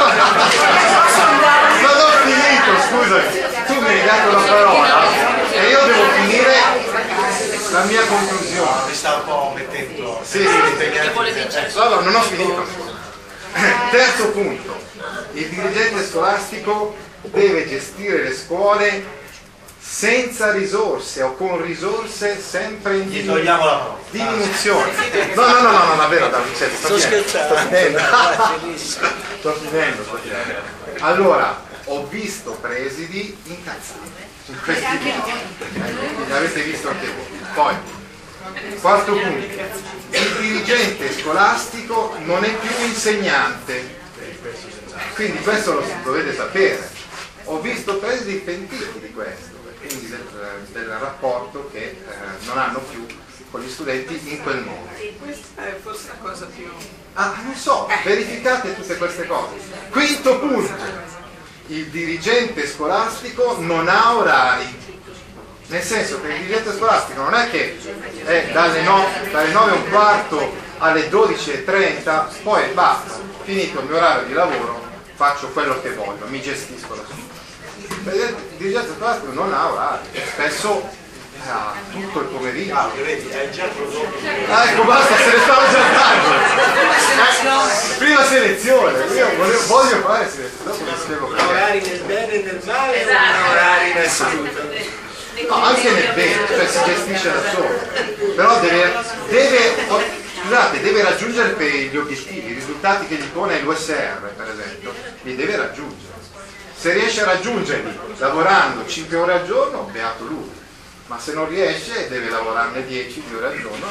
ho finito, scusami, tu mi hai dato la parola e io devo finire la mia conclusione. Mi sta un po' mettendo Allora, non ho finito. Terzo punto, il dirigente scolastico deve gestire le scuole senza risorse o con risorse sempre in diminuzione. No, davvero, Vincenzo, sto finendo. Allora, ho visto presidi incazzati in questi mesi, l'avete visto anche voi. Poi, quarto punto, il dirigente scolastico non è più insegnante, quindi questo lo dovete sapere. Ho visto presidi pentiti di questo, quindi del rapporto che non hanno più con gli studenti in quel modo. Questa è forse la cosa più... Non so, verificate tutte queste cose. Quinto punto, il dirigente scolastico non ha orari, nel senso che il dirigente scolastico non è che è dalle 9:15 alle 12:30, poi basta, finito il mio orario di lavoro, faccio quello che voglio, mi gestisco la scuola. Il dirigente scolastico non ha orari, spesso ha tutto il pomeriggio. Vedi, hai già prodotto. Ecco, basta, se ne stavo già dando. Prima selezione, io voglio fare selezione, dopo vi spiego perché. Orari nel bene e nel male o orari nel saluto? No, anche nel bene, cioè si gestisce da solo, però deve raggiungere gli obiettivi, i risultati che gli pone l'USR, per esempio, li deve raggiungere. Se riesce a raggiungerli lavorando 5 ore al giorno, beato lui, ma se non riesce deve lavorarne 10 ore al giorno.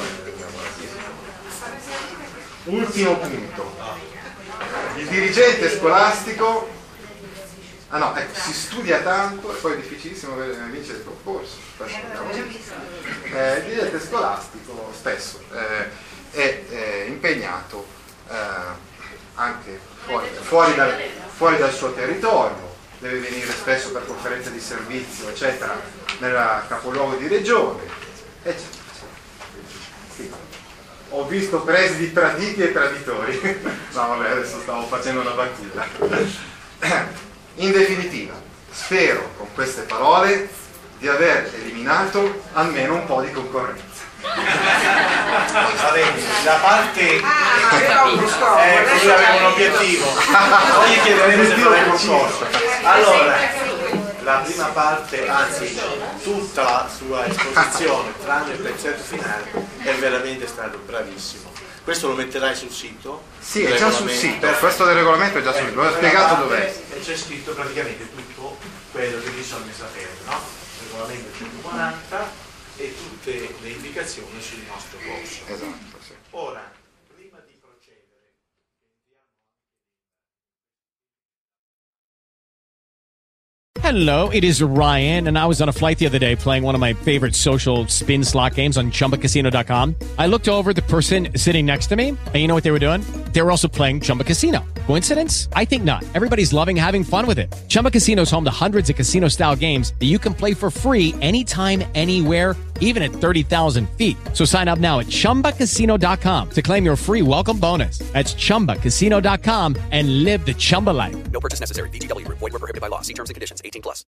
Ultimo punto, il dirigente scolastico si studia tanto e poi è difficilissimo vincere il concorso. Il dirigente scolastico spesso è impegnato anche fuori dal suo territorio, deve venire spesso per conferenze di servizio, eccetera, nel capoluogo di regione, eccetera. Sì. Ho visto presidi traditi e traditori. No, vabbè, adesso stavo facendo una battuta. In definitiva, spero con queste parole di aver eliminato almeno un po' di concorrenza. La parte così avevo un obiettivo. Poi gli chiederemo se farà il concorso. Allora, la prima parte, anzi tutta la sua esposizione, tranne il pezzetto finale, è veramente stato bravissimo. Questo lo metterai sul sito? Sì, è già sul sito, questo del regolamento è già sul sito, l'ho spiegato dov'è. E c'è scritto praticamente tutto quello che bisogna sapere, no? Il regolamento 140 e tutte le indicazioni sul nostro corso. Esatto, sì. Ora, prima di procedere, Hello, it is Ryan, and I was on a flight the other day playing one of my favorite social spin slot games on ChumbaCasino.com. I looked over at the person sitting next to me, and you know what they were doing? They were also playing Chumba Casino. Coincidence? I think not. Everybody's loving having fun with it. Chumba Casino is home to hundreds of casino-style games that you can play for free anytime, anywhere, even at 30,000 feet. So sign up now at ChumbaCasino.com to claim your free welcome bonus. That's ChumbaCasino.com and live the Chumba life. No purchase necessary. VGW Group. Void where prohibited by law. See terms and conditions. 18+.